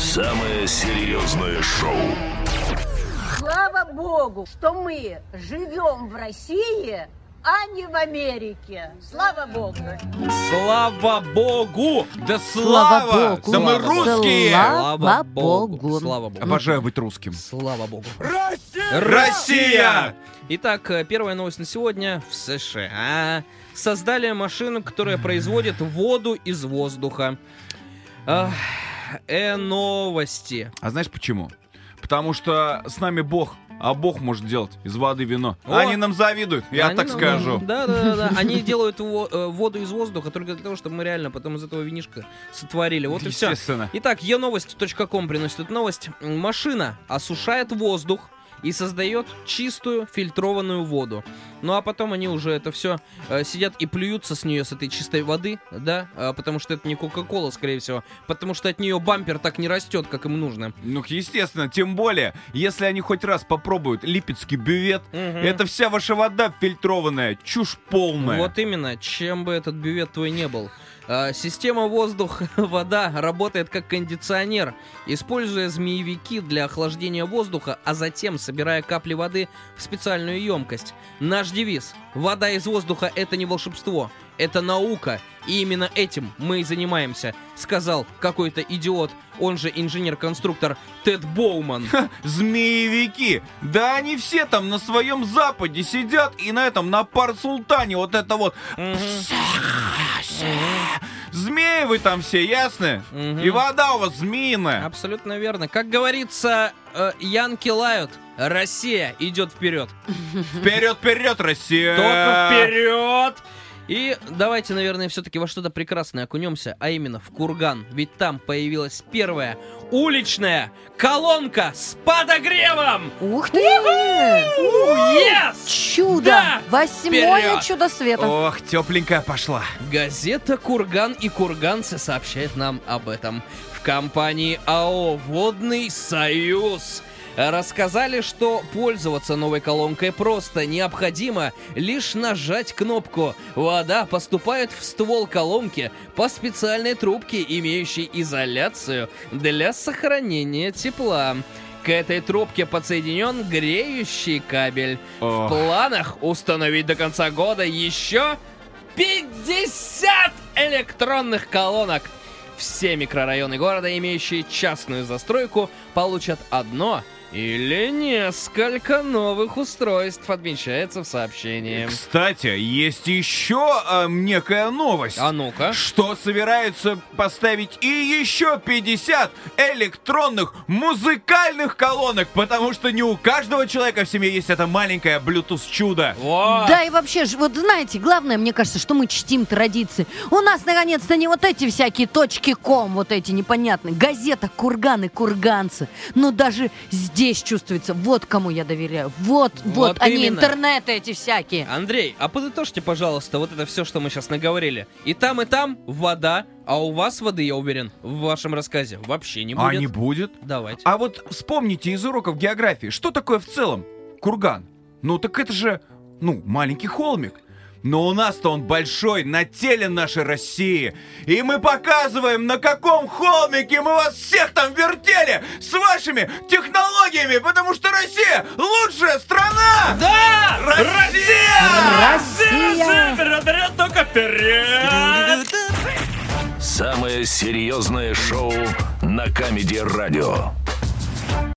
Самое серьезное шоу. Слава Богу, что мы живем в России, а не в Америке. Слава Богу. Слава Богу! Да Слава слава! Богу! Да мы русские! Слава Богу! Слава Богу! Обожаю быть русским. Слава Богу! Россия! Итак, первая новость на сегодня. В США создали машину, которая производит воду из воздуха. Новости. А знаешь почему? Потому что с нами Бог, а Бог может делать из воды вино. О! Они нам завидуют, я Они так нам- скажу. Да. Они делают воду из воздуха только для того, чтобы мы реально потом из этого винишка сотворили. Вот и все. Естественно. Итак, еновость.ком приносит эту новость. Машина осушает воздух и создает чистую фильтрованную воду. Ну а потом они уже это все сидят и плюются с нее, с этой чистой воды, да, потому что это не Кока-Кола, скорее всего, потому что от нее бампер так не растет, как им нужно. Ну, естественно, тем более, если они хоть раз попробуют липецкий бювет, это вся ваша вода фильтрованная, чушь полная. Вот именно, чем бы этот бювет твой не был. Система воздух-вода работает как кондиционер, используя змеевики для охлаждения воздуха, а затем собирая капли воды в специальную емкость. Наш девиз: вода из воздуха — это не волшебство, это наука, и именно этим мы и занимаемся, сказал какой-то идиот, он же инженер-конструктор Тед Боуман. Змеевики! Да они все там на своем западе сидят и на этом, на Пар-Султане, вот это вот... Змеи вы там все, ясно? И вода у вас змеиная. Абсолютно верно. Как говорится, янки лают, Россия идет вперед. Вперед, вперед, Россия! Только вперед! И давайте, наверное, все-таки во что-то прекрасное окунемся, а именно в Курган. Ведь там появилась первая уличная колонка с подогревом! Ух ты! Yes! Чудо! Да! Восьмое Вперед! чудо света. Ох, тепленькая пошла. Газета «Курган» и курганцы сообщает нам об этом. В компании АО «Водный Союз» рассказали, что пользоваться новой колонкой просто. Необходимо лишь нажать кнопку. Вода поступает в ствол колонки по специальной трубке, имеющей изоляцию для сохранения тепла. К этой трубке подсоединен греющий кабель. В Ох. планах установить до конца года еще 50 электронных колонок. Все микрорайоны города, имеющие частную застройку, получат одно или несколько новых устройств, отмечается в сообщении. Кстати, есть еще некая новость. А ну-ка. Что собираются поставить и еще 50 электронных музыкальных колонок, потому что не у каждого человека в семье есть это маленькое Bluetooth-чудо. Во! Да, и вообще, вот знаете, главное, мне кажется, что мы чтим традиции. У нас, наконец-то, не вот эти всякие .com, вот эти непонятные. Газета «Курган» и «Курганцы». Но даже здесь чувствуется, вот кому я доверяю. Вот они, именно. интернеты эти всякие. Андрей, а подытожьте, пожалуйста, вот это все, что мы сейчас наговорили. И там вода, а у вас воды, я уверен, в вашем рассказе вообще не будет. А не будет? Давайте. А вот вспомните из уроков географии, что такое в целом курган? Ну так это же, маленький холмик. Но у нас-то он большой, на теле нашей России. И мы показываем, на каком холмике мы вас всех там вертели с вашими технологиями, потому что Россия лучшая страна! Да! Россия! Россия! Вперед, только вперед! Самое серьезное шоу на Камеди Радио.